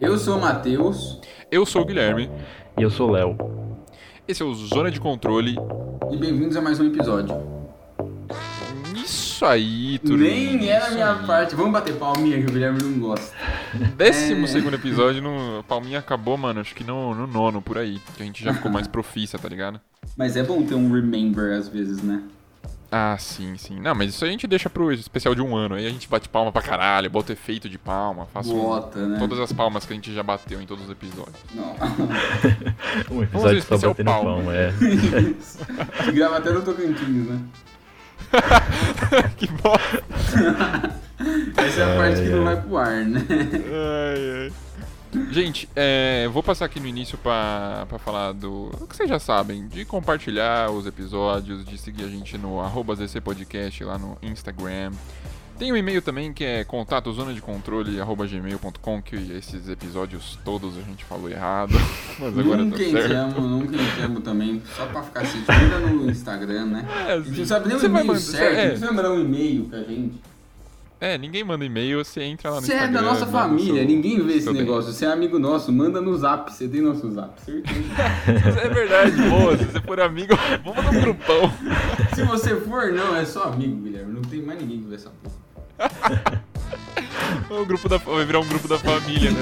Eu sou o Matheus. Eu sou o Guilherme. E eu sou o Léo. Esse é o Zona de Controle. E bem-vindos a mais um episódio. Isso aí, turma. Nem era a minha parte. Vamos bater palminha que o Guilherme não gosta. 12º episódio, a palminha acabou, mano, acho que no nono, por aí. Que a gente já ficou mais profissa, tá ligado? Mas é bom ter um remember às vezes, né? Ah, sim. Não, mas isso a gente deixa pro especial de 1 ano. Aí a gente bate palma pra caralho, bota efeito de palma, Bota, né? todas as palmas que a gente já bateu em todos os episódios. Não. Um episódio só batendo palma, é. Grava até no Tocantins, né? Que bosta. Essa é a parte que não vai pro ar, né? Ai. Gente, vou passar aqui no início pra falar do que vocês já sabem, de compartilhar os episódios, de seguir a gente no @zcpodcast lá no Instagram. Tem um e-mail também que é contatozonadecontrole@gmail.com, que esses episódios todos a gente falou errado, mas agora Nunca tá certo. entramos também, só pra ficar assim, manda no Instagram, né? A gente não sabe nem o e-mail certo, você vai mandar um e-mail pra gente. Ninguém manda e-mail, você entra lá no Você Instagram. é da nossa família, ninguém vê esse seu negócio. Você é amigo nosso, manda no zap, você tem nosso zap, certeza. É verdade, boa, se você for amigo, vamos no grupão. Se você for, não, é só amigo, Guilherme, não tem mais ninguém que vê essa porra. Vai virar um grupo da família, né?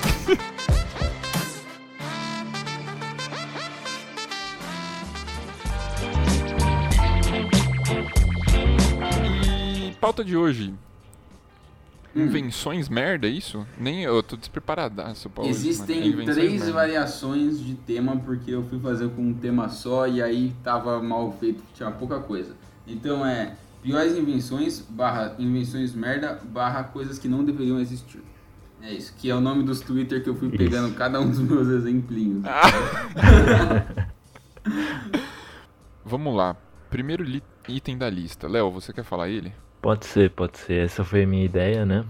E pauta de hoje. Invenções merda, é isso? Nem eu tô despreparadaço, Paulo. Existem 3 variações de tema, porque eu fui fazer com um tema só e aí tava mal feito, tinha pouca coisa. Então é piores invenções, invenções merda, coisas que não deveriam existir. É isso, que é o nome dos Twitter que eu fui pegando cada um dos meus exemplinhos. Vamos lá. Primeiro item da lista. Léo, você quer falar ele? Pode ser. Essa foi a minha ideia, né?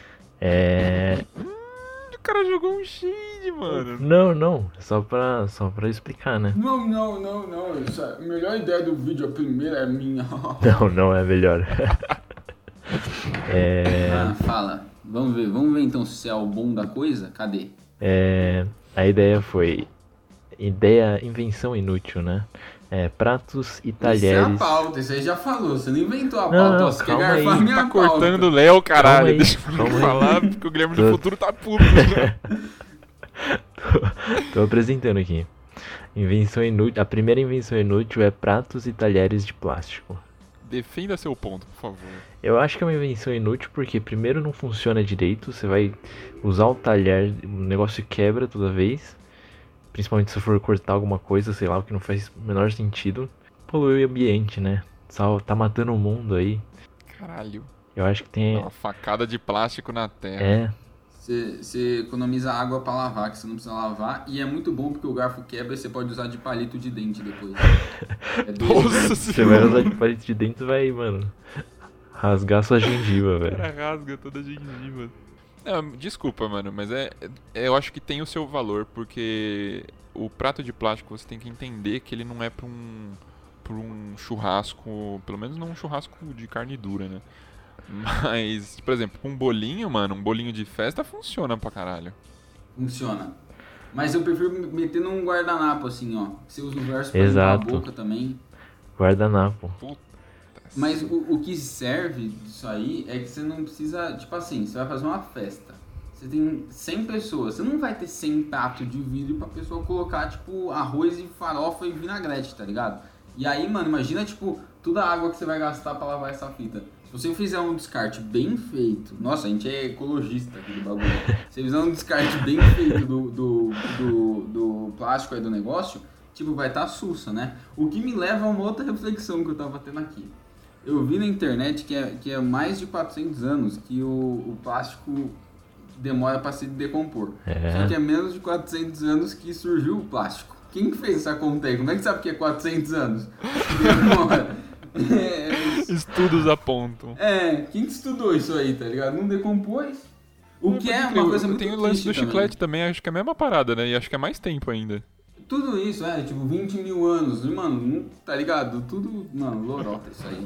O cara jogou um shade, mano. Não. Só pra explicar, né? Não. A melhor ideia do vídeo, a primeira é minha. Não é melhor. Fala. Vamos ver então se é o bom da coisa. Cadê? A ideia foi... invenção inútil, né? Pratos e talheres... Isso é a pauta, isso aí já falou. Você não inventou a pauta. Não, você quer calma garfar aí. minha Tá pauta. cortando o Léo, caralho. Deixa eu Calma aí. falar, porque o Guilherme do futuro tá puto. Né? Tô apresentando aqui. Invenção inútil. A primeira invenção inútil é pratos e talheres de plástico. Defenda seu ponto, por favor. Eu acho que é uma invenção inútil porque primeiro não funciona direito. Você vai usar o talher, o negócio quebra toda vez. Principalmente se for cortar alguma coisa, sei lá, o que não faz o menor sentido. Polui o ambiente, né? Só tá matando o mundo aí. Caralho. Eu acho que tem... Uma facada de plástico na terra. Você economiza água pra lavar, que você não precisa lavar. E é muito bom porque o garfo quebra e você pode usar de palito de dente depois. Nossa Você vai usar de palito de dente e vai, mano, rasgar sua gengiva, O velho. cara rasga toda a gengiva. Não, desculpa, mano, mas eu acho que tem o seu valor, porque o prato de plástico você tem que entender que ele não é pra um churrasco, pelo menos não um churrasco de carne dura, né? Mas, por exemplo, um bolinho, mano, um bolinho de festa funciona pra caralho. Funciona. Mas eu prefiro meter num guardanapo assim, ó. Você usa o verso pra Exato. limpar a boca também. Guardanapo. Puta. Mas o que serve disso aí é que você não precisa... Tipo assim, você vai fazer uma festa. Você tem 100 pessoas. Você não vai ter 100 pratos de vidro pra pessoa colocar, tipo, arroz e farofa e vinagrete, tá ligado? E aí, mano, imagina, tipo, toda a água que você vai gastar pra lavar essa fita. Se você fizer um descarte bem feito... Nossa, a gente é ecologista aqui do bagulho. Se você fizer um descarte bem feito do plástico aí do negócio, tipo, vai estar sussa, né? O que me leva a uma outra reflexão que eu tava tendo aqui. Eu vi na internet que é mais de 400 anos que o plástico demora para se decompor. Só que é menos de 400 anos que surgiu o plástico. Quem que fez essa conta aí? Como é que sabe que é 400 anos? Estudos apontam. Quem que estudou isso aí, tá ligado? Não decompôs. O que é uma coisa muito Tem o lance do triste chiclete também, acho que é a mesma parada, né? E acho que é mais tempo ainda. Tudo isso, tipo, 20 mil anos. Mano, tá ligado? Tudo, mano, lorota isso aí.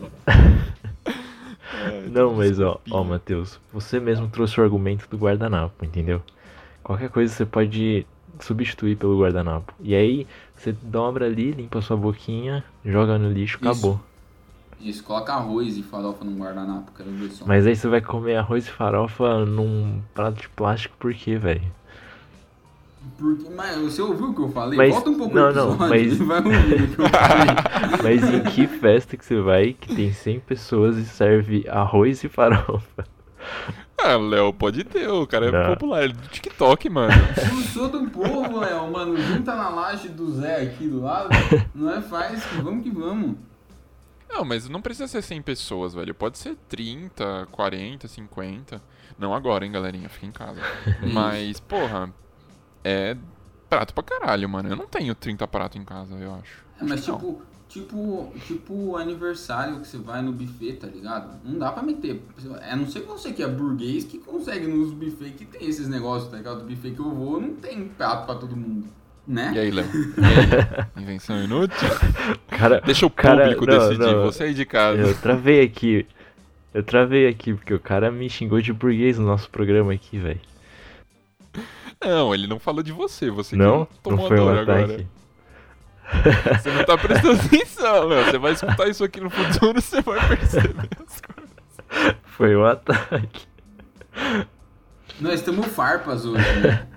Não, mas ó, Matheus, você mesmo trouxe o argumento do guardanapo, entendeu? Qualquer coisa você pode substituir pelo guardanapo. E aí você dobra ali, limpa a sua boquinha, joga no lixo, acabou. Isso, coloca arroz e farofa num guardanapo, quero ver só. Mas aí você vai comer arroz e farofa num prato de plástico por quê, velho? Porque, mas você ouviu o que eu falei? Mas- Volta um pouco não, o episódio, não, mas- você vai ouvir o que eu falei. Mas em que festa que você vai que tem 100 pessoas e serve arroz e farofa? Ah, Léo, pode ter, o cara é Não. popular, ele é do TikTok, mano. Eu sou do povo, Léo, mano. Junta na laje do Zé aqui do lado. Não é fácil, vamos que vamos. Não, mas não precisa ser 100 pessoas, velho. Pode ser 30, 40, 50. Não agora, hein, galerinha, fica em casa. Mas, porra, é prato pra caralho, mano. Eu não tenho 30 pratos em casa, eu acho. É, mas Acho que não. tipo aniversário que você vai no buffet, tá ligado? Não dá pra meter. A não ser que você que é burguês que consegue nos buffets que tem esses negócios, tá ligado? Do buffet que eu vou não tem prato pra todo mundo, né? E aí, Léo? E aí? Invenção inútil? Cara, Deixa o cara, público não, decidir, não. você aí de casa. Eu travei aqui. Eu travei aqui porque o cara me xingou de burguês no nosso programa aqui, velho. Não, ele não falou de você, você Não? que Não tomou foi a um dor ataque? agora. Você não tá prestando atenção, Léo. Você vai escutar isso aqui no futuro, você vai perceber as coisas. Foi um ataque. Nós estamos farpas hoje, né?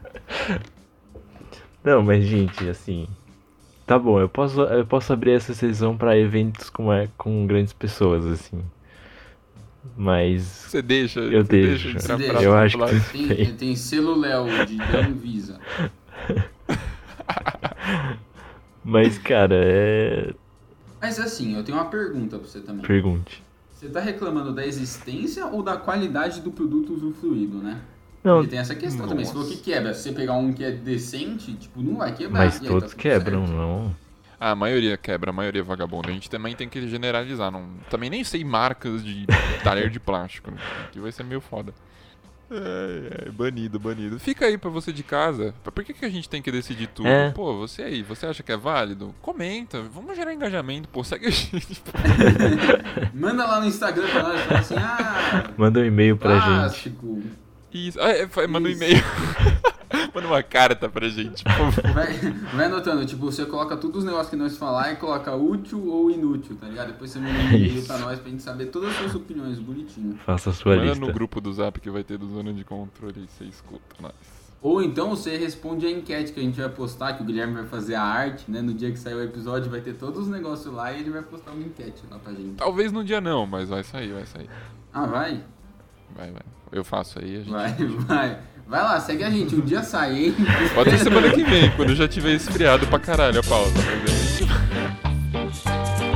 Não, mas gente, assim. Tá bom, eu posso abrir essa sessão pra eventos com grandes pessoas, assim. Mas. Você deixa. Eu você deixo. entrar Você pra deixa. Eu acho falar. que- Tem selo Léo de Anvisa. Mas, cara, Mas assim, eu tenho uma pergunta pra você também. Pergunte. Você tá reclamando da existência ou da qualidade do produto usufruído, né? Não, Porque tem essa questão também. Se for que quebra, se você pegar um que é decente, tipo, não vai quebrar. mas e aí todos tá tudo quebram, certo. não. A maioria quebra, a maioria é vagabunda. A gente também tem que generalizar. Não... Também nem sei marcas de talher de plástico. Né? Que vai ser meio foda. Banido. Fica aí pra você de casa. Por que a gente tem que decidir tudo? É. Pô, você aí, você acha que é válido? Comenta, vamos gerar engajamento, pô, segue a gente. Pô. Manda lá no Instagram pra nós, fala assim, Manda um e-mail pra gente. plástico. Isso, manda um Isso. e-mail. Manda uma carta pra gente, por favor. Vai anotando, tipo, você coloca todos os negócios que nós falar e coloca útil ou inútil, tá ligado? Depois você manda um e-mail Isso. pra nós pra gente saber todas as suas opiniões, bonitinho. Faça a sua Manda lista. no grupo do Zap que vai ter do Zona de Controle e você escuta nós. Ou então você responde a enquete que a gente vai postar, que o Guilherme vai fazer a arte, né? No dia que sair o episódio vai ter todos os negócios lá e ele vai postar uma enquete lá pra gente. Talvez no dia não, mas vai sair. Ah, vai? Vai. Eu faço aí, a gente. Vai. Vai lá, segue a gente. Um dia sai, hein? Pode ser semana que vem, quando já tiver esfriado pra caralho a pauta. Mas aí...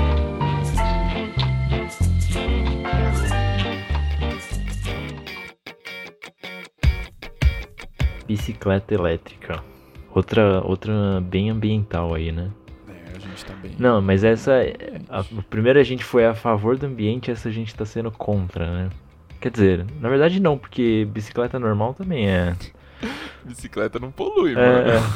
Bicicleta elétrica. Outra bem ambiental aí, né? a gente tá bem. Não, mas essa. Primeiro a gente foi a favor do ambiente, essa a gente tá sendo contra, né? Quer dizer, na verdade não, porque bicicleta normal também é. Bicicleta não polui, É, mano.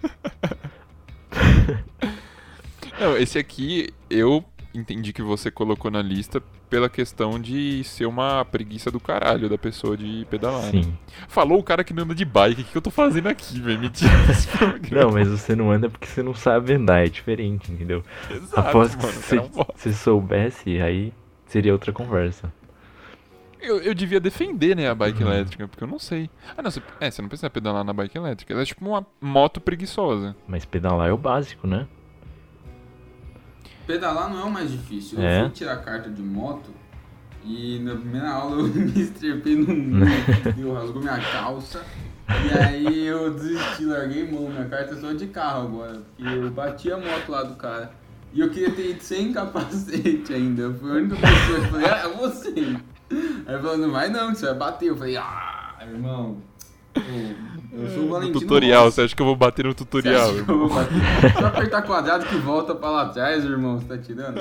Não, esse aqui eu entendi que você colocou na lista pela questão de ser uma preguiça do caralho da pessoa de pedalar. Né? sim. Falou o cara que não anda de bike. O que eu tô fazendo aqui, velho? Me tira desse programa. Não, mas você não anda porque você não sabe andar, é diferente, entendeu? Exato, Após que mano. O cara é um bosta. você soubesse, aí seria outra conversa. Eu devia defender, né, a bike Uhum. elétrica, porque eu não sei. Ah, não, você não precisa pedalar na bike elétrica. Ela é tipo uma moto preguiçosa. Mas pedalar é o básico, né? Pedalar não é o mais difícil. Eu É? fui tirar carta de moto e na primeira aula eu me estrepei no muro, eu rasgou minha calça. E aí eu desisti, larguei mão. Minha carta é só de carro agora, porque eu bati a moto lá do cara. E eu queria ter ido sem capacete ainda. Eu fui a única pessoa que falei, é você. Aí ele falou, não vai não, que você vai bater. Eu falei, irmão, pô, eu sou o No Valentino tutorial, Rossi. você acha que eu vou bater no Você tutorial? acha que eu irmão? vou bater? Só apertar quadrado que volta pra lá atrás, irmão, você tá tirando?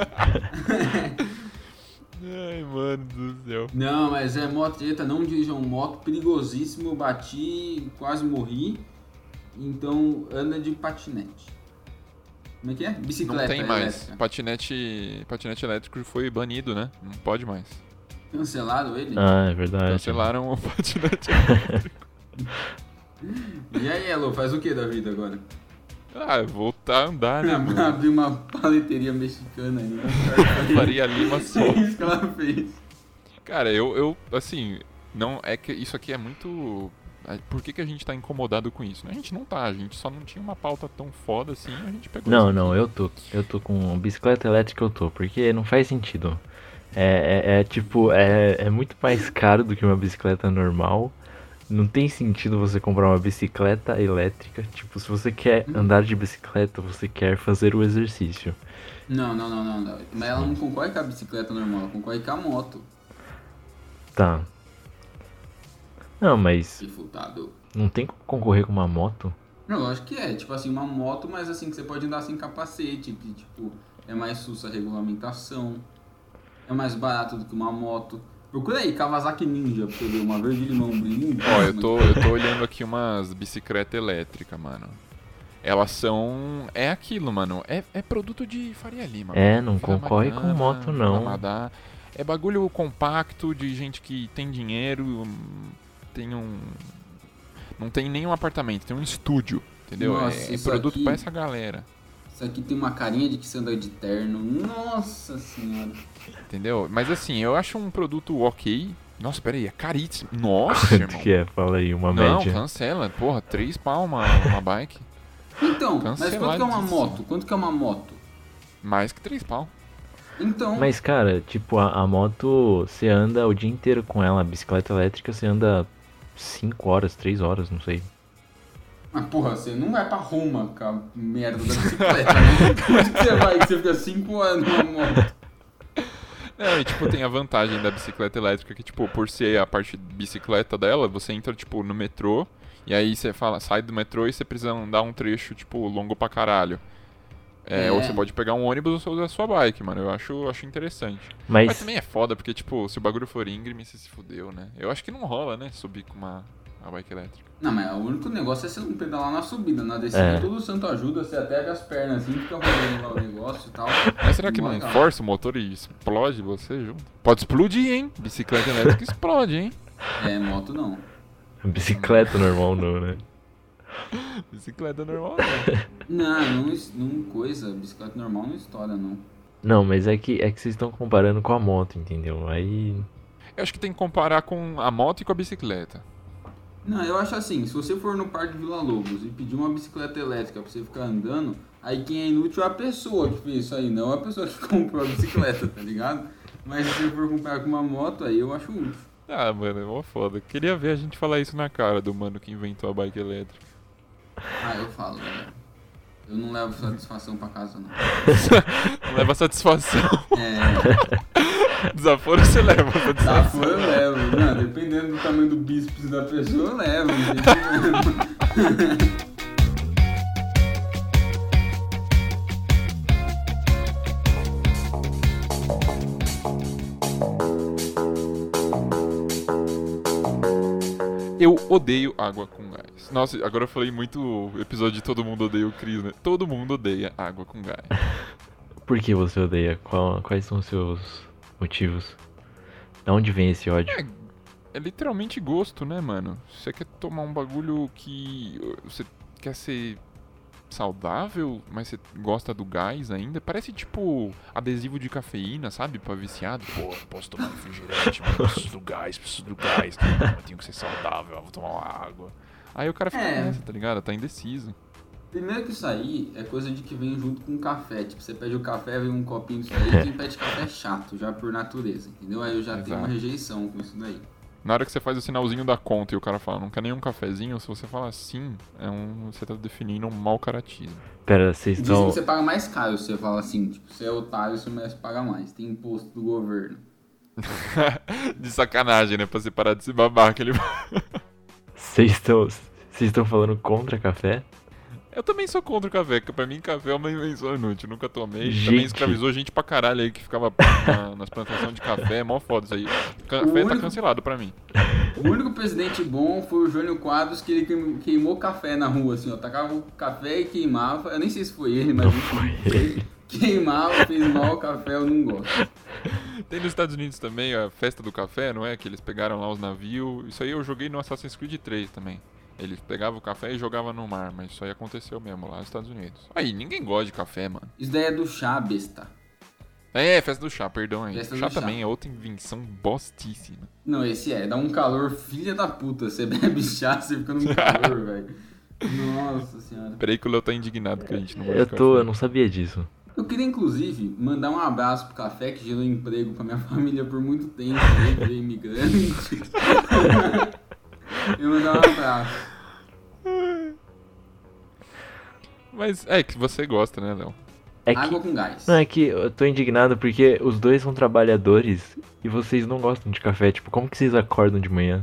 Ai, mano do céu. Não, mas é motreta, não dirijam moto, perigosíssimo, bati, quase morri. Então anda de patinete. Como é que é? Bicicleta Não tem mais. elétrica. Patinete elétrico foi banido, né? Não pode mais. Cancelaram ele? Ah, é verdade. Cancelaram o patinete elétrico. E aí, Elo, faz o que da vida agora? Voltar a andar, né, mano? Abrir uma paleteria mexicana aí. Né? Faria Lima só. É isso que ela fez. Cara, eu assim, não é que isso aqui é muito. Por que a gente tá incomodado com isso? A gente não tá, a gente só não tinha uma pauta tão foda assim, a gente pegou isso Não, aqui. eu tô com bicicleta elétrica, eu tô, porque não faz sentido. Tipo, é muito mais caro do que uma bicicleta normal. Não tem sentido você comprar uma bicicleta elétrica. Tipo, se você quer andar de bicicleta, você quer fazer o exercício. Não. Mas ela não concorre com a bicicleta normal, ela concorre com a moto. Tá. Não, mas Refutado. não tem como concorrer com uma moto? Não, lógico que é. Tipo assim, uma moto, mas assim, que você pode andar sem capacete. Que, tipo, é mais sussa a regulamentação. É mais barato do que uma moto. Procura aí, Kawasaki Ninja, pra você ver. Uma verde limão brilhinho. Ó, eu tô olhando aqui umas bicicletas elétricas, mano. Elas são. É aquilo, mano. É produto de Faria Lima. Não Vila concorre com Bacana, moto, Vila não. Madá. É bagulho compacto de gente que tem dinheiro, tem não tem nenhum apartamento, tem um estúdio, entendeu? Nossa, é isso produto aqui- pra essa galera, Isso aqui tem uma carinha de que você anda de terno. Nossa senhora. entendeu? Mas assim, eu acho um produto ok. Nossa, peraí, é caríssimo. Nossa, Quanto irmão. que é? Fala aí, uma Não, média. cancela. Porra, 3 pau uma bike. Então, mas quanto que é uma Canceladíssimo. moto? Quanto que é uma moto? Mais que 3 pau. Então, Mas, cara, tipo, a moto, você anda o dia inteiro com ela. A bicicleta elétrica, você anda 5 horas, 3 horas, não sei. mas porra, você não vai pra Roma com a merda da bicicleta, né? Onde que você vai que você fica 5 anos numa moto? É, e tipo, tem a vantagem da bicicleta elétrica que, tipo, por ser a parte de bicicleta dela, você entra, tipo, no metrô, e aí você sai do metrô e você precisa andar um trecho, tipo, longo pra caralho. Ou você pode pegar um ônibus ou você usar a sua bike, mano. Eu acho interessante. Mas Mas, também é foda, porque, tipo, se o bagulho for íngreme, você se fudeu, né? Eu acho que não rola, né? Subir com uma bike elétrica. Não, mas o único negócio é você não pedalar na subida. Na descida, É. todo santo ajuda, você até abre as pernas assim, fica rolando lá o negócio e tal. Mas será que não Legal. força o motor e explode você junto? Pode explodir, hein? Bicicleta elétrica explode, hein? É, moto não. bicicleta normal não, né? Bicicleta normal não. Não coisa. Bicicleta normal não estoura, não. Não, mas é que vocês estão comparando com a moto, entendeu? Aí. Eu acho que tem que comparar com a moto e com a bicicleta. Não, eu acho assim, se você for no Parque Vila Lobos e pedir uma bicicleta elétrica pra você ficar andando, aí quem é inútil é a pessoa que fez isso aí, não a pessoa que comprou a bicicleta, tá ligado? Mas se você for comparar com uma moto, aí eu acho útil. Ah, mano, é mó foda. Queria ver a gente falar isso na cara do mano que inventou a bike elétrica. Ah, eu falo, galera. Eu não levo satisfação pra casa, não. Não leva satisfação. É, Desaforo você leva tá, satisfação. eu levo. Não, dependendo do tamanho do bíceps da pessoa, eu levo. Não tem problema. Eu odeio água com gás. Nossa, agora eu falei muito episódio de Todo Mundo Odeia o Chris, né? Todo mundo odeia água com gás. Por que você odeia? Quais são os seus motivos? De onde vem esse ódio? É literalmente gosto, né, mano? Você quer tomar um bagulho que você quer ser saudável, mas você gosta do gás ainda? Parece tipo adesivo de cafeína, sabe? Pra viciado. Pô, posso tomar refrigerante, mas preciso do gás. Eu tenho que ser saudável, eu vou tomar uma água. Aí o cara fica nessa, tá ligado? Tá indeciso. Primeiro que isso aí é coisa de que vem junto com o café. Tipo, você pede o café, vem um copinho disso aí. Quem pede café é chato, já por natureza, entendeu? Aí eu já tenho uma Exato. rejeição com isso daí. Na hora que você faz o sinalzinho da conta e o cara fala, não quer nenhum cafezinho, se você fala sim, você tá definindo um mau caratismo. Pera, vocês Dizem estão. que você paga mais caro se você fala assim, tipo, você é otário, você merece pagar mais. Tem imposto do governo. De sacanagem, né? Pra você parar de se babar aquele. Vocês estão falando contra café? Eu também sou contra o café, porque pra mim café é uma invenção inútil, nunca tomei. Gente. Também escravizou gente pra caralho aí que ficava nas plantações de café, é mó foda isso aí. Café tá cancelado pra mim. O único presidente bom foi o Jânio Quadros, que ele queimou café na rua, assim, ó. Tacava o café e queimava. Eu nem sei se foi ele, mas enfim. Queimava, fez mal ao café, eu não gosto. Tem nos Estados Unidos também a festa do café, não é? Que eles pegaram lá os navios. Isso aí eu joguei no Assassin's Creed 3 também. Ele pegava o café e jogava no mar, mas isso aí aconteceu mesmo lá nos Estados Unidos. Aí, ninguém gosta de café, mano. Isso daí é do chá, besta. É, festa do chá, perdão aí. Festa do Chá chá. também é outra invenção bostíssima. Não, esse dá um calor filha da puta. Você bebe chá, você fica num calor, velho. Nossa senhora. Peraí que o Léo tá indignado que a gente não gosta Eu de café. eu não sabia disso. Eu queria, inclusive, mandar um abraço pro café que gerou emprego pra minha família por muito tempo. Eu fui imigrante. Eu mandar um abraço. Mas é que você gosta, né, Léo? É que, Água com gás. não, é que eu tô indignado porque os dois são trabalhadores e vocês não gostam de café. Tipo, como que vocês acordam de manhã?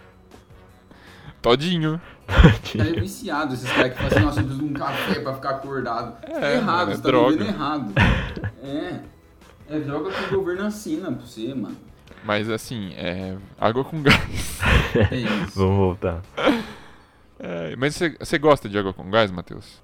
Todinho. Cara, é viciado esses caras que falam assim, nossa, eu preciso de um café pra ficar acordado. É, Errado, mano, é você tá droga. vivendo errado. É droga que o governo assina pra você, mano. Mas assim, água com gás. É isso. Vamos voltar. Mas você gosta de água com gás, Matheus?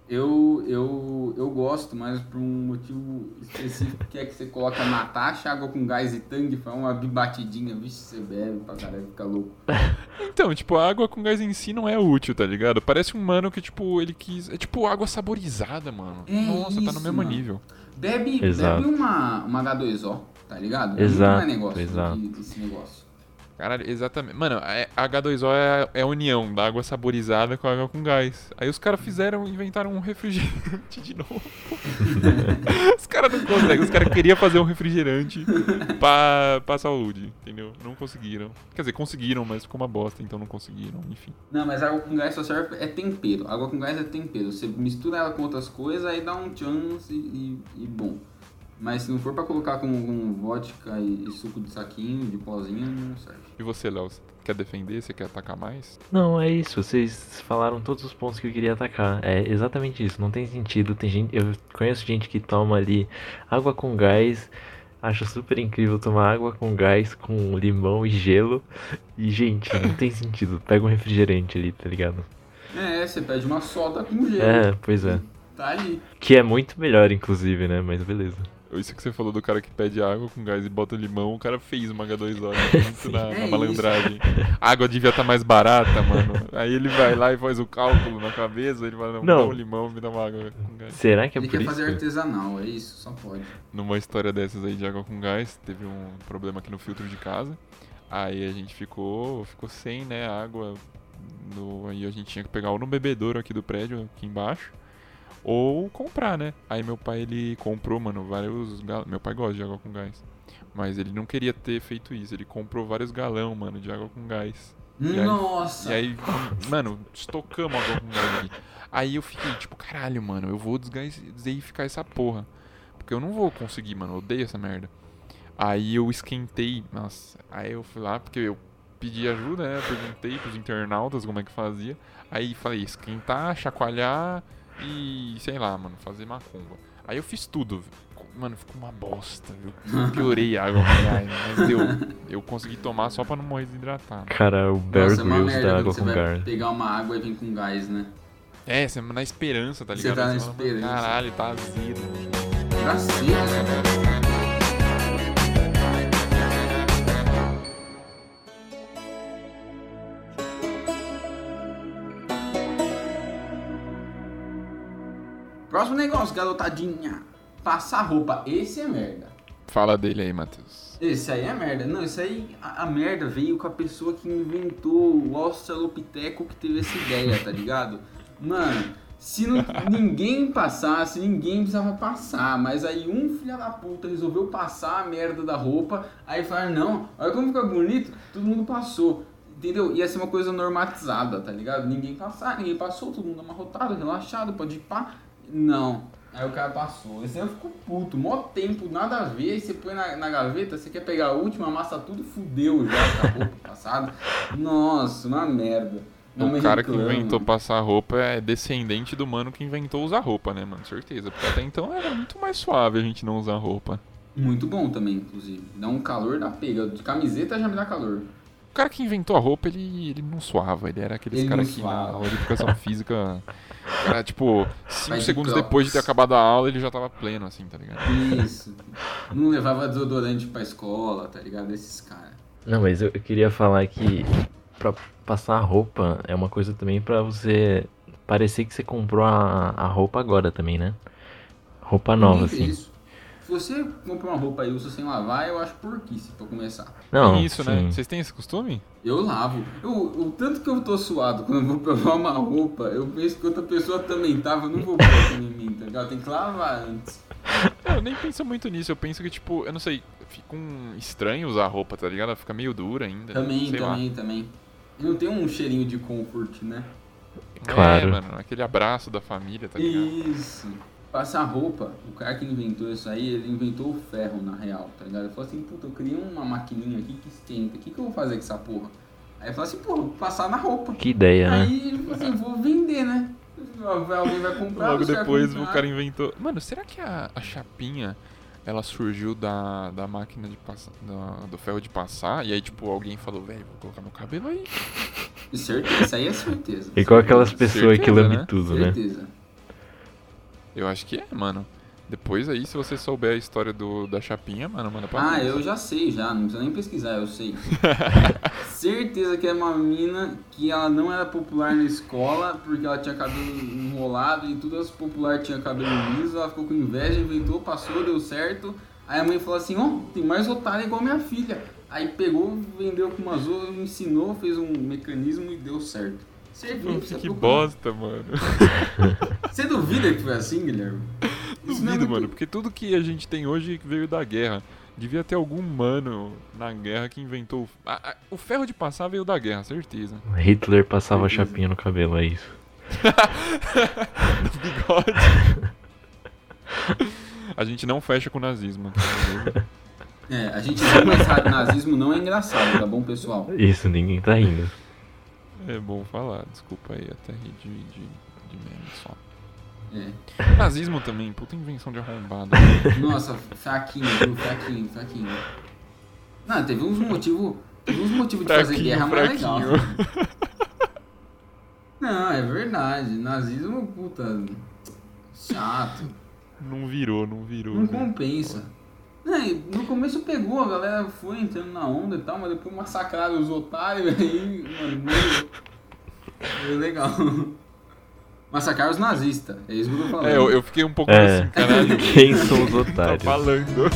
Eu gosto, mas por um motivo específico, que é que você coloca na taxa, água com gás e tangue, faz uma bibatidinha, vixe, você bebe pra caralho, fica louco. Então, tipo, a água com gás em si não é útil, tá ligado? Parece um mano que, tipo, ele quis... É tipo água saborizada, mano. É Nossa, tá no isso, mesmo mano. nível. Bebe Exato. uma H2O, tá ligado? Exato, Não é negócio exato. esse negócio. Caralho, exatamente. Mano, a H2O é a união da água saborizada com a água com gás. Aí os caras inventaram um refrigerante de novo. Os caras não conseguem. Os caras queriam fazer um refrigerante pra saúde, entendeu? Não conseguiram. Quer dizer, conseguiram, mas ficou uma bosta, então não conseguiram, enfim. Não, mas água com gás só serve, é tempero. Água com gás é tempero. Você mistura ela com outras coisas, aí dá um chance e bom. Mas se não for pra colocar com vodka e suco de saquinho, de pozinho, não serve. E você, Léo, você quer defender? Você quer atacar mais? Não, é isso. Vocês falaram todos os pontos que eu queria atacar. É exatamente isso. Não tem sentido. Tem gente, eu conheço gente que toma ali água com gás. Acho super incrível tomar água com gás, com limão e gelo. E, gente, não tem sentido. Pega um refrigerante ali, tá ligado? Você pede uma soda com gelo. É, pois é. Tá ali. Que é muito melhor, inclusive, né? Mas beleza. Isso que você falou do cara que pede água com gás e bota limão, o cara fez uma H2O, né? Muito na É malandragem. A água devia estar mais barata, mano. Aí ele vai lá e faz o cálculo na cabeça, ele fala, não, me dá um limão, me dá uma água com gás. Será que é Ele por quer isso? fazer artesanal, é isso, só pode. Numa história dessas aí de água com gás, teve um problema aqui no filtro de casa. Aí a gente ficou sem, né, água. Aí a gente tinha que pegar ou no bebedouro aqui do prédio, aqui embaixo, ou comprar, né? Aí meu pai, ele comprou, mano, vários... Meu pai gosta de água com gás. Mas ele não queria ter feito isso. Ele comprou vários galão, mano, de água com gás. Nossa! E aí, mano, estocamos água com gás aqui. Aí eu fiquei, tipo, caralho, mano, eu vou desgasificar essa porra. Porque eu não vou conseguir, mano, eu odeio essa merda. Aí eu esquentei, nossa. Aí eu fui lá, porque eu pedi ajuda, né? Perguntei pros internautas como é que fazia. Aí falei, esquentar, chacoalhar... E, sei lá, mano, fazer macumba. Aí eu fiz tudo, mano, ficou uma bosta, viu? Piorei a água com gás, mas deu. Eu consegui tomar só pra não morrer desidratado. Cara, o Bear Nossa, é uma Grylls merda da quando água você com vai gás. pegar uma água e vem com gás, né? Você na esperança, tá Você ligado? tá na Você fala, esperança. caralho, tá azedo. Pra ser, né? Próximo negócio, garotadinha. Passar roupa. Esse é merda. Fala dele aí, Matheus. Esse aí é merda. Não, isso aí, a merda veio com a pessoa que inventou o Australopiteco que teve essa ideia, tá ligado? Mano, se ninguém passasse, ninguém precisava passar. Mas aí um filho da puta resolveu passar a merda da roupa. Aí falaram, não, olha como fica bonito. Todo mundo passou. Entendeu? Ia ser uma coisa normatizada, tá ligado? Ninguém passou, todo mundo amarrotado, relaxado, pode ir pá. Não. Aí o cara passou. Esse aí eu fico puto. Mó tempo, nada a ver. Aí você põe na gaveta, você quer pegar a última, amassa tudo e fudeu já. Acabou pro passado. Nossa, uma merda. Não me O cara que reclama. inventou passar roupa é descendente do mano que inventou usar roupa, né, mano? Certeza. Porque até então era muito mais suave a gente não usar roupa. Muito bom também, inclusive. Dá um calor da pega. De camiseta já me dá calor. O cara que inventou a roupa, ele não suava. Ele era aqueles Ele caras não que suava. na aula de educação física... Era tipo, 5 Faz de segundos crocs. depois de ter acabado a aula, ele já tava pleno, assim, tá ligado? Isso. Não levava desodorante pra escola, tá ligado? Esses caras. Não, mas eu queria falar que pra passar a roupa é uma coisa também pra você parecer que você comprou a roupa agora também, né? Roupa nova, Ninguém fez assim. isso. Se você compra uma roupa e usa sem lavar, eu acho porquice pra começar. Não, Tem isso, né? sim. Vocês têm esse costume? Eu lavo. O tanto que eu tô suado quando eu vou provar uma roupa, eu penso que outra pessoa também tava, eu não vou pôr aquilo em mim, tá ligado? Tem que lavar antes. Eu nem penso muito nisso, eu penso que, tipo, eu não sei, fica estranho usar a roupa, tá ligado? Ela fica meio dura ainda. sei lá. Também. E não tem um cheirinho de comfort, né? Claro. É, mano, aquele abraço da família, tá ligado? Isso. Passar roupa, o cara que inventou isso aí, ele inventou o ferro, na real, tá ligado? Ele falou assim, puta, eu criei uma maquininha aqui que esquenta, o que eu vou fazer com essa porra? Aí ele falou assim, pô, vou passar na roupa. Que ideia, né? Aí ele falou assim, vou vender, né? Alguém vai comprar, Logo você vai depois o comprar. cara inventou. Mano, será que a chapinha ela surgiu da máquina de passar, do ferro de passar? E aí, tipo, alguém falou, velho, vou colocar meu cabelo aí. Certeza, isso aí é certeza. Igual aquelas pessoas que Certeza, lambem né? tudo, né? Certeza. Eu acho que é, mano. Depois aí, se você souber a história da chapinha, mano, manda pra nós. Eu já sei, já, não precisa nem pesquisar, eu sei. Certeza que é uma mina que ela não era popular na escola porque ela tinha cabelo enrolado e todas as populares tinham cabelo liso, ela ficou com inveja, inventou, passou, deu certo. Aí a mãe falou assim, tem mais otário igual minha filha. Aí pegou, vendeu com umas outras, ensinou, fez um mecanismo e deu certo. Certo, não precisa Que procurar. bosta, mano. Você duvida que foi assim, Guilherme? Isso não é Duvido, muito- mano, porque tudo que a gente tem hoje veio da guerra. Devia ter algum mano na guerra que inventou. O ferro de passar veio da guerra, certeza. Hitler passava Certeza. chapinha no cabelo, é isso. No bigode. A gente não fecha com o nazismo. Tá beleza? A gente não mais nazismo não é engraçado, tá bom, pessoal? Isso, ninguém tá rindo. É bom falar, desculpa aí, até ri de meme só. É. Nazismo também, puta invenção de arrombado. Nossa, fraquinho, viu? Fraquinho. Não, teve uns motivos de fazer guerra mais legal. Não, é verdade. Nazismo, puta, chato. Não virou. Não velho. compensa. Não, e no começo pegou, a galera foi entrando na onda e tal, mas depois massacraram os otários aí, mano, morreu. Foi legal. Massacraram os nazistas, é isso que eu tô falando. Eu fiquei um pouco É. assim, caralho. Quem são os Tá otários? falando.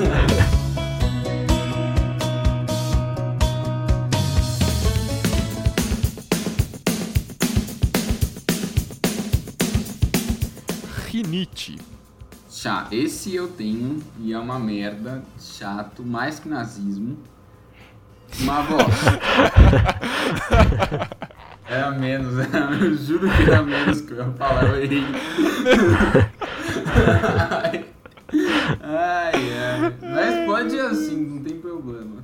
Rinite. Esse eu tenho e é uma merda, chato, mais que nazismo. Mas, ó. Era menos, eu juro que era menos que eu ia falar, eu errei. Ai. Mas pode ir assim, não tem problema.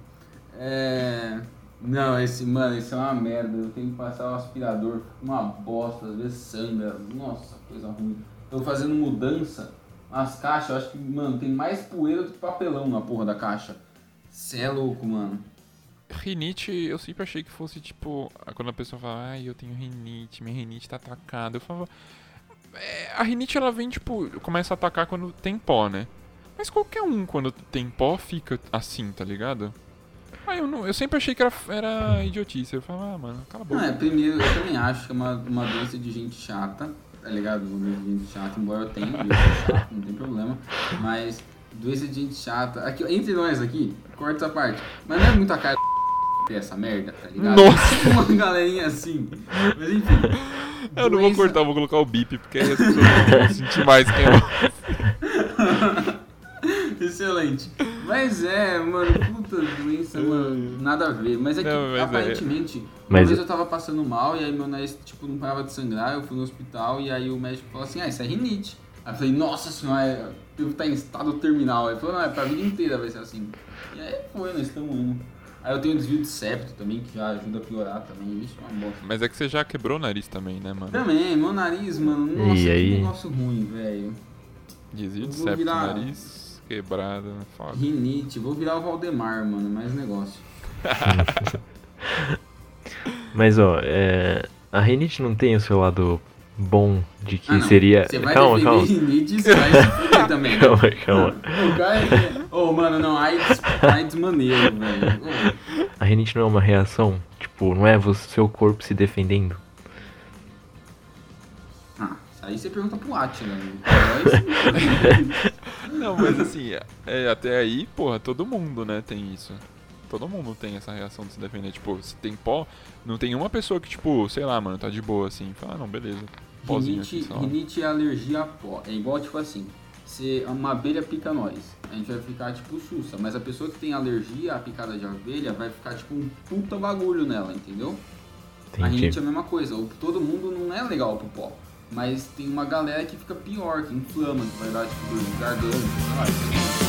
Não, esse é uma merda. Eu tenho que passar o aspirador, fica uma bosta, às vezes sangra. Nossa, coisa ruim. Tô fazendo mudança. As caixas, eu acho que, mano, tem mais poeira do que papelão na porra da caixa. Cê é louco, mano. Rinite, eu sempre achei que fosse tipo. Quando a pessoa fala, ai, eu tenho rinite, minha rinite tá atacada. Eu falava. A rinite ela vem, tipo, começa a atacar quando tem pó, né? Mas qualquer um, quando tem pó, fica assim, tá ligado? Eu sempre achei que era idiotice. Eu falava, mano, cala a boca. Primeiro, eu também acho que é uma doença de gente chata, tá ligado? Uma doença de gente chata, embora eu tenha doença chata, não tem problema. Mas, doença de gente chata. Aqui, entre nós aqui, corta essa parte. Mas não é muita cara ter essa merda, tá ligado? Nossa. Uma galerinha assim. Mas enfim. Eu não vou cortar, vou colocar o bip, porque aí as pessoas vão sentir mais quem é. Excelente. Mas mano, puta doença, mano, nada a ver. Mas é que, Não, mas aparentemente, uma Mas- vez eu tava passando mal e aí meu nariz, tipo, não parava de sangrar, eu fui no hospital e aí o médico falou assim, isso é rinite. Aí eu falei, nossa senhora, eu tá em estado terminal. Aí ele falou, não, é pra vida inteira vai ser assim. E aí foi, nós estamos indo. Aí eu tenho um desvio de septo também, que já ajuda a piorar também, isso é uma bosta. Mas é que você já quebrou o nariz também, né, mano? Também, meu nariz, mano, nossa, E que aí? negócio ruim, velho. Desvio Eu de vou septo, virar- nariz quebrado, foda. Rinite, vou virar o Valdemar, mano, mais negócio. Mas ó, a rinite não tem o seu lado bom de que Não. seria. Você vai Calma, defender calma. rinite e você vai se fuder também. Calma. O cara mano, não, AIDS maneiro, velho. Ô, A a rinite não é uma reação? Tipo, não é seu corpo se defendendo? Ah, isso aí você pergunta pro Atila. Né? Não, mas assim, até aí, porra, todo mundo, né, tem isso. Todo mundo tem essa reação de se defender. Tipo, se tem pó, não tem uma pessoa que, tipo, sei lá, mano, tá de boa assim. Fala, não, beleza. Pozinho aqui, rinite é alergia a pó. É igual, tipo assim, se uma abelha pica nós, a gente vai ficar, tipo, chussa. Mas a pessoa que tem alergia à picada de abelha vai ficar, tipo, um puta bagulho nela, entendeu? Entendi. A rinite é a mesma coisa. Todo mundo não é legal pro pó. Mas tem uma galera que fica pior, que inflama, que vai dar, tipo, dor de garganta, sei lá.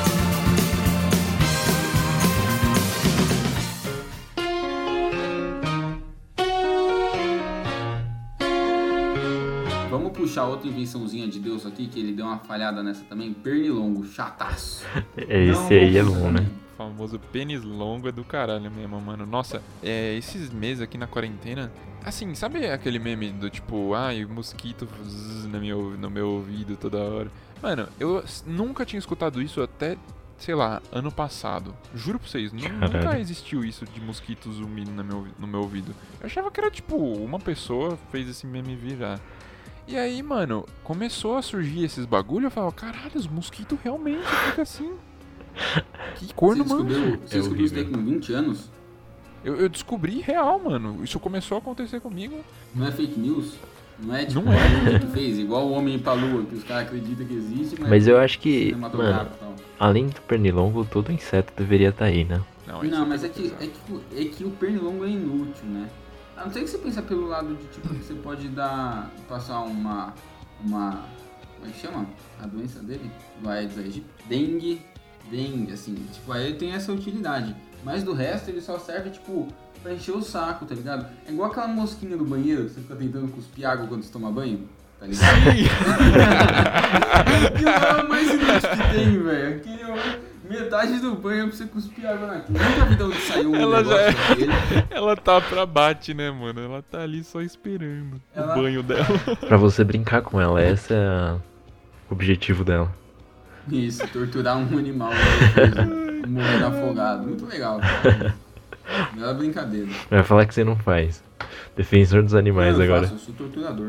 Vamos puxar outra invençãozinha de Deus aqui, que ele deu uma falhada nessa também. Pernilongo, chataço. Esse aí é bom, né? O famoso pênis longo é do caralho mesmo, mano. Nossa, esses meses aqui na quarentena... Assim, sabe aquele meme do tipo... Ai, o mosquito no meu ouvido toda hora. Mano, eu nunca tinha escutado isso até... Sei lá, ano passado. Juro pra vocês, nunca existiu isso de mosquito zumbindo no meu ouvido. Eu achava que era tipo, uma pessoa fez esse meme virar. E aí, mano, começou a surgir esses bagulho, eu falava, caralho, os mosquitos realmente ficam assim. Que corno, mano. Você descobriu isso daí com 20 anos? Eu descobri real, mano. Isso começou a acontecer comigo. Não é fake news? Não é tipo não é. Que fez, igual o Homem pra Lua, que os caras acreditam que existe, mas eu acho que, mano, além do pernilongo, todo inseto deveria estar aí, né? Não, mas é que o pernilongo é inútil, né? A não ser que você pense pelo lado de tipo que você pode passar uma como é que chama? A doença dele? Do Aedes aegypti? Dengue, assim, tipo, aí ele tem essa utilidade. Mas do resto ele só serve, tipo, pra encher o saco, tá ligado? É igual aquela mosquinha do banheiro que você fica tentando cuspir água quando você toma banho, tá ligado? Sim! Aquilo é o mais inútil que tem, velho. Metade do banho é pra você cuspir água naquilo. Nunca vi de onde saiu um negócio dele. Ela tá pra bate, né, mano? Ela tá ali só esperando o banho dela. Pra você brincar com ela, esse é o objetivo dela. Isso, torturar um animal, morrer afogado. Muito legal, cara. Bela brincadeira. Vai falar que você não faz. Defensor dos animais não, agora. Eu sou torturador.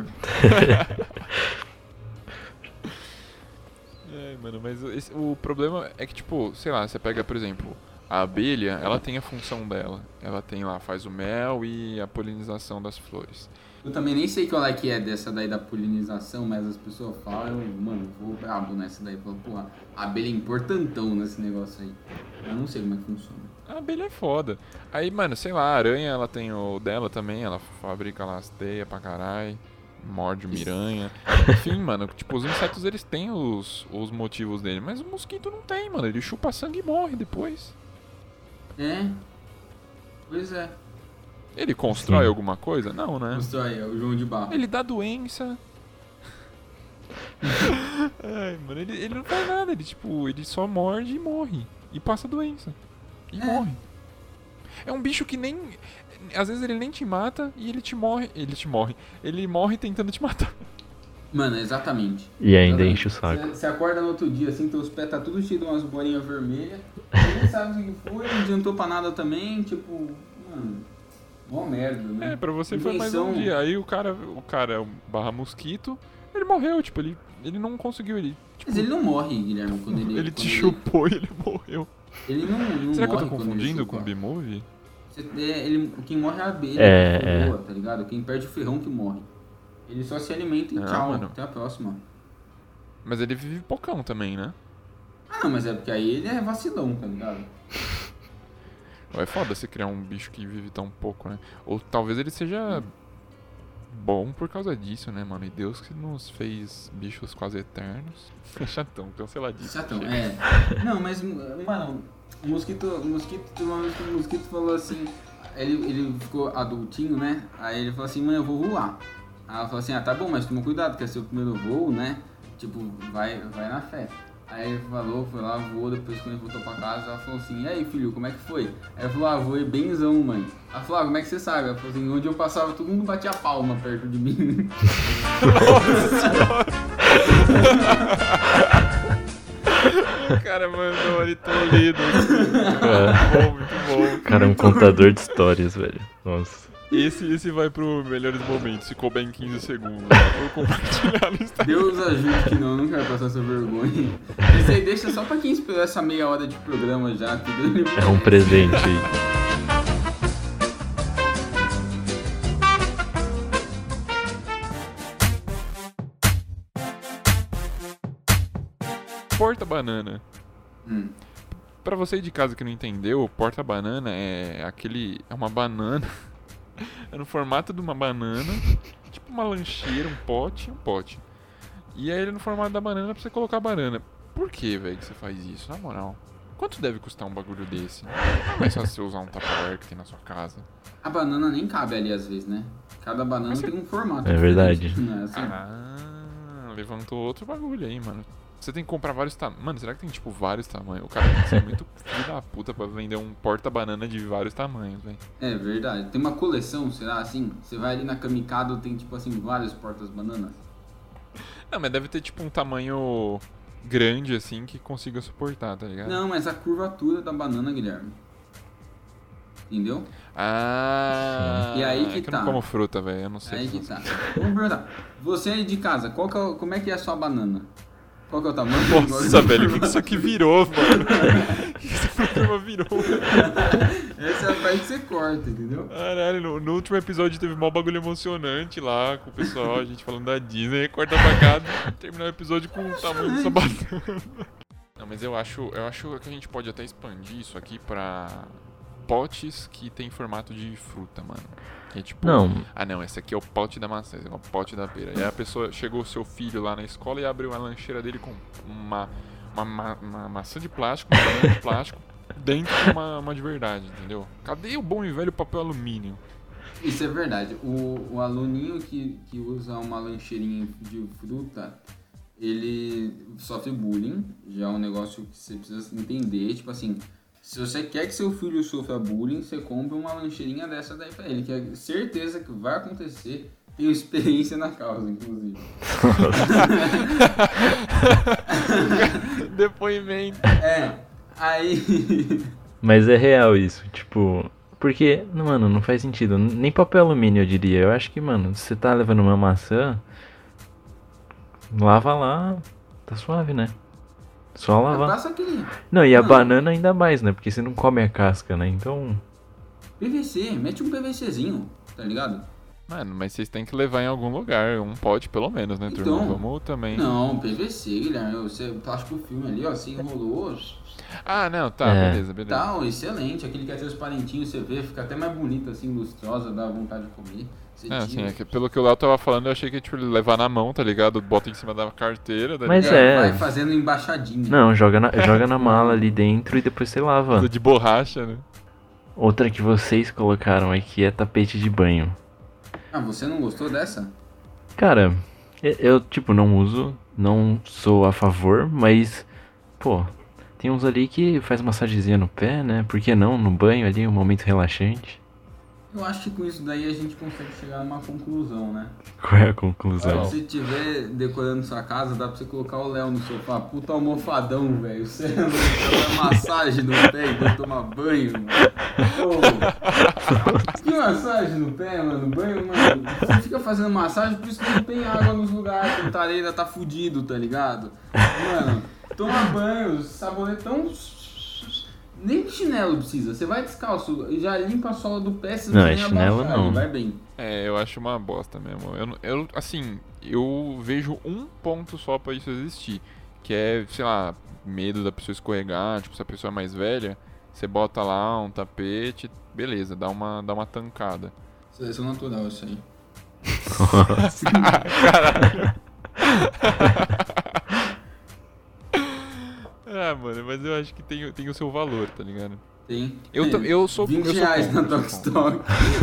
Mano, mas o problema é que, tipo, sei lá, você pega, por exemplo, a abelha, ela tem a função dela. Ela tem lá, faz o mel e a polinização das flores. Eu também nem sei qual é que é dessa daí da polinização, mas as pessoas falam, mano, vou brabo nessa daí. Falo, porra, a abelha é importantão nesse negócio aí. Eu não sei como é que funciona. A abelha é foda. Aí, mano, sei lá, a aranha, ela tem o dela também, ela fabrica lá as teias pra caralho. Morde miranha. Enfim, mano, tipo, os insetos eles têm os motivos dele, mas o mosquito não tem, mano. Ele chupa sangue e morre depois. É. Pois é. Ele constrói alguma coisa? Não, né? Constrói, é o João de Barro. Ele dá doença. Ai, mano, ele não faz nada. Ele só morde e morre. E passa doença. E morre. É um bicho que nem... Às vezes ele nem te mata e ele morre. Ele morre tentando te matar. Mano, exatamente. E ainda enche o saco. Você acorda no outro dia assim, teus pés tá tudo cheio de umas bolinhas vermelhas. Você nem sabe o que foi, não adiantou pra nada também. Tipo, mano, mó merda, né? É, pra você foi mais um dia. Aí o cara barra mosquito, ele morreu, tipo, ele não conseguiu, ele... Tipo, mas ele não morre, Guilherme, quando ele... Ele te chupou e ele morreu. Ele não Será morre. Que eu tô confundindo com o B-Movie? Quem morre é a abelha, boa, tá ligado? Quem perde o ferrão que morre. Ele só se alimenta e tchau, mano. Até a próxima. Mas ele vive pocão também, né? Ah, não, mas é porque aí ele é vacilão, tá ligado? É foda você criar um bicho que vive tão pouco, né? Ou talvez ele seja bom por causa disso, né, mano? E Deus que nos fez bichos quase eternos. Chatão, canceladíssimo. Chatão, é. Não, mas, mano, o mosquito falou assim, ele ficou adultinho, né? Aí ele falou assim, mãe, eu vou voar. Aí ela falou assim, tá bom, mas toma cuidado, que é seu primeiro voo, né? Tipo, vai na fé. Aí ele falou, foi lá, voou, depois quando ele voltou pra casa, ela falou assim, e aí filho, como é que foi? Aí ele falou, voei benzão, mãe. Ela falou, como é que você sabe? Ela falou assim, onde eu passava, todo mundo batia palma perto de mim. Nossa! O cara mandou ali Toledo. Muito bom. O cara é um contador de histórias, velho. Nossa. Esse vai pro melhores momentos, se couber em 15 segundos. Vou compartilhar no Instagram. Deus ajude que não, eu não quero passar essa vergonha. Esse aí deixa só pra quem esperou essa meia hora de programa já. Tudo É um presente aí. Porta-banana. Pra você de casa que não entendeu, porta-banana é uma banana. É no formato de uma banana, tipo uma lancheira, um pote. E aí ele é no formato da banana pra você colocar a banana. Por que, velho, que você faz isso? Na moral. Quanto deve custar um bagulho desse? Não é mais fácil você usar um Tupperware que tem na sua casa. A banana nem cabe ali às vezes, né? Cada banana tem um formato. É verdade. Né? Assim. Levantou outro bagulho aí, mano. Você tem que comprar vários tamanhos. Mano, será que tem, tipo, vários tamanhos? O cara tem que ser muito filho da puta pra vender um porta-banana de vários tamanhos, velho. É verdade. Tem uma coleção, será assim? Você vai ali na Kamikado, tem, tipo assim, vários portas-bananas. Não, mas deve ter, tipo, um tamanho grande, assim, que consiga suportar, tá ligado? Não, mas a curvatura da banana, Guilherme. Entendeu? Ah, e aí que eu tá. não como fruta, velho, eu não sei. Aí que tá. Vamos perguntar. Você aí de casa, como é que é a sua banana? Qual que é o tamanho? Nossa, velho, o que isso aqui virou, mano? O que esse programa virou? Essa é a parte que você corta, entendeu? Caralho, no último episódio teve um bagulho emocionante lá com o pessoal, a gente falando da Disney, corta pra cá, terminar o episódio com o tamanho dessa banana. Não, mas eu acho que a gente pode até expandir isso aqui pra potes que tem formato de fruta, mano. Que é tipo, não. Não, esse aqui é o pote da maçã, esse é o pote da pera. E aí a pessoa, chegou o seu filho lá na escola e abriu a lancheira dele com uma maçã de plástico, uma banana de plástico, dentro de uma de verdade, entendeu? Cadê o bom e velho papel alumínio? Isso é verdade. O aluninho que usa uma lancheirinha de fruta, ele sofre bullying. Já é um negócio que você precisa entender, tipo assim... Se você quer que seu filho sofra bullying, você compra uma lancheirinha dessa daí pra ele, que é certeza que vai acontecer. Tenho experiência na causa, inclusive. Depoimento. Aí... Mas é real isso, tipo... Porque, mano, não faz sentido. Nem papel alumínio, eu diria. Eu acho que, mano, se você tá levando uma maçã, lava lá, tá suave, né? Só lavar. Passa aquele... Não, e a banana ainda mais, né? Porque você não come a casca, né? Então... PVC, mete um PVCzinho, tá ligado? Mano, mas vocês têm que levar em algum lugar, um pote pelo menos, né, turma? Então, Vamos também... Não, PVC, Guilherme. Você plástico filme ali, ó, você enrolou... Ah, não, tá, beleza. Tá, excelente. Aquele que é transparentinho, você vê, fica até mais bonito, assim, lustrosa, dá vontade de comer. Assim, é que pelo que o Léo tava falando, eu achei que tipo, ele levar na mão, tá ligado? Bota em cima da carteira. Mas vai fazendo embaixadinha. Não, joga na mala ali dentro e depois você lava. Coisa de borracha, né? Outra que vocês colocaram aqui é tapete de banho. Ah, você não gostou dessa? Cara, eu tipo, não uso, não sou a favor, mas, pô, tem uns ali que faz massagenzinha no pé, né? Por que não? No banho ali, um momento relaxante. Eu acho que com isso daí a gente consegue chegar numa conclusão, né? Qual é a conclusão? Se você estiver decorando sua casa, dá pra você colocar o Léo no sofá. Puta almofadão, velho. Você dá massagem no pé e vai tomar banho, mano. Pô, que massagem no pé, mano? Banho, mano. Você fica fazendo massagem, por isso que não tem água nos lugares. O tareira tá fudido, tá ligado? Mano, toma banho, sabonetão... Nem chinelo precisa, você vai descalço e já limpa a sola do pé, você não nem chinelo abaixar, não. Vai bem. Eu acho uma bosta mesmo. Eu vejo um ponto só pra isso existir, que é, sei lá, medo da pessoa escorregar, tipo, se a pessoa é mais velha, você bota lá um tapete, beleza, dá uma tancada. Seleção natural isso aí. Caralho. Mano, mas eu acho que tem o seu valor, tá ligado? Tem. Eu sou 20 reais na Tokstok.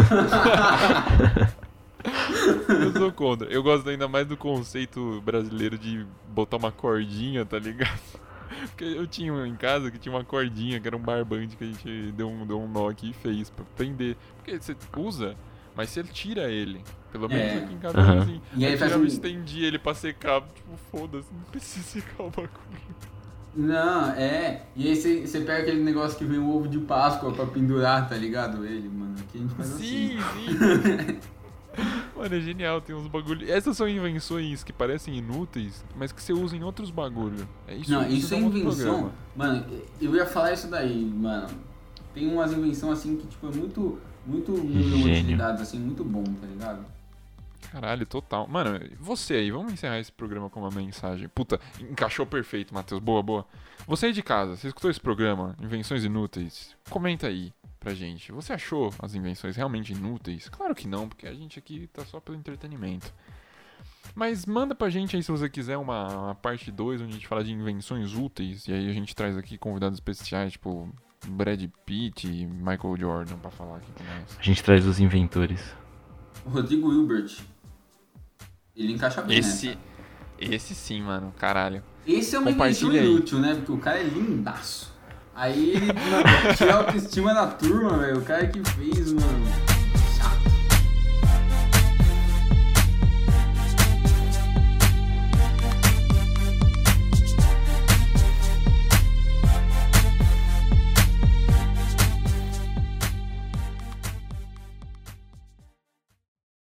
Eu sou contra. Eu gosto ainda mais do conceito brasileiro de botar uma cordinha, tá ligado? Porque eu tinha em casa que tinha uma cordinha, que era um barbante que a gente deu um nó aqui e fez pra prender. Porque você usa, mas você tira ele. Pelo menos aqui em casa assim. E aí eu estendi ele pra secar, tipo, foda-se, não precisa secar o bagulho. Não, e aí você pega aquele negócio que vem o ovo de Páscoa pra pendurar, tá ligado? Ele, mano, aqui a gente faz Sim, assim. sim. Mano, é genial, tem uns bagulho. Essas são invenções que parecem inúteis, mas que você usa em outros bagulho. É isso. Não, isso é um outro invenção. programa. Mano, eu ia falar isso daí, mano. Tem umas invenções assim que, tipo, é muito Gênio. utilidade, assim, muito bom, tá ligado? Caralho, total. Mano, você aí, vamos encerrar esse programa com uma mensagem. Puta, encaixou perfeito, Matheus. Boa, boa. Você aí de casa, você escutou esse programa, Invenções Inúteis? Comenta aí pra gente. Você achou as invenções realmente inúteis? Claro que não, porque a gente aqui tá só pelo entretenimento. Mas manda pra gente aí se você quiser uma parte 2 onde a gente fala de invenções úteis. E aí a gente traz aqui convidados especiais, tipo Brad Pitt e Michael Jordan pra falar aqui com nós. A gente traz os inventores. O Rodrigo Hilbert. Ele encaixa bem nessa. Esse sim, mano. Caralho. Esse é uma invenção Compartilha aí. inútil, né? Porque o cara é lindaço. Aí ele tira a autoestima da turma, velho. O cara que fez, mano.